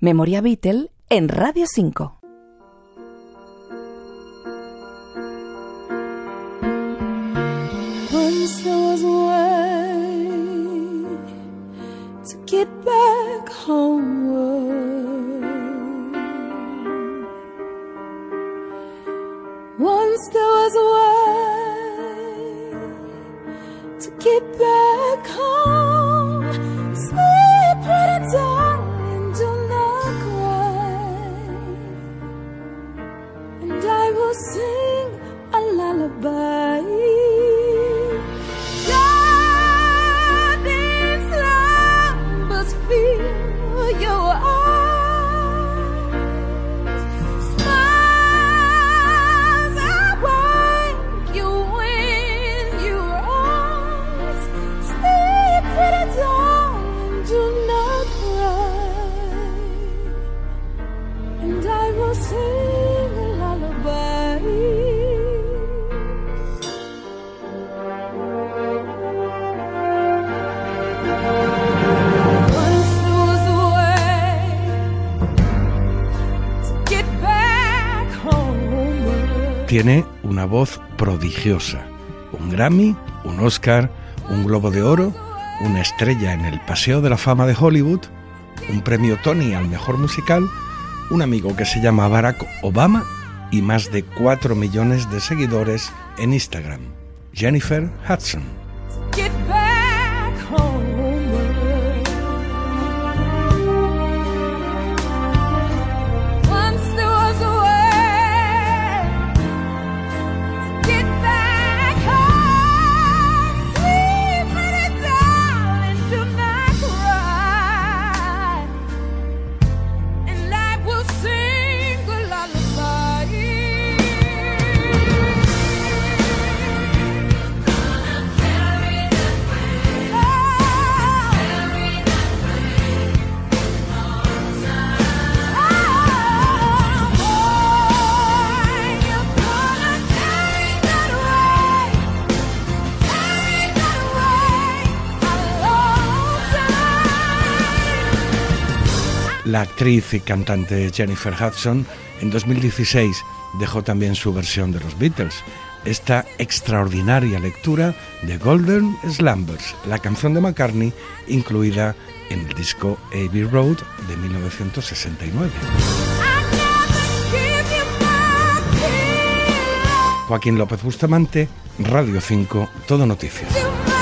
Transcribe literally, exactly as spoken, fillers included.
Memoria Beatle en Radio cinco. Once there was a way to get back homeward. Once there was a way to get back home. Sleep, pretty darling, do not cry, and I will sing a lullaby. Feel your eyes, smiles I wake you when you're eyes. Sleep, pretty darling, do not cry, and I will sing a lullaby. Tiene una voz prodigiosa, un Grammy, un Oscar, un Globo de Oro, una estrella en el Paseo de la Fama de Hollywood, un premio Tony al mejor musical, un amigo que se llama Barack Obama y más de cuatro millones de seguidores en Instagram. Jennifer Hudson. La actriz y cantante Jennifer Hudson en dos mil dieciséis dejó también su versión de los Beatles, esta extraordinaria lectura de Golden Slumbers, la canción de McCartney incluida en el disco Abbey Road de mil novecientos sesenta y nueve. Joaquín López Bustamante, Radio cinco, Todo Noticias.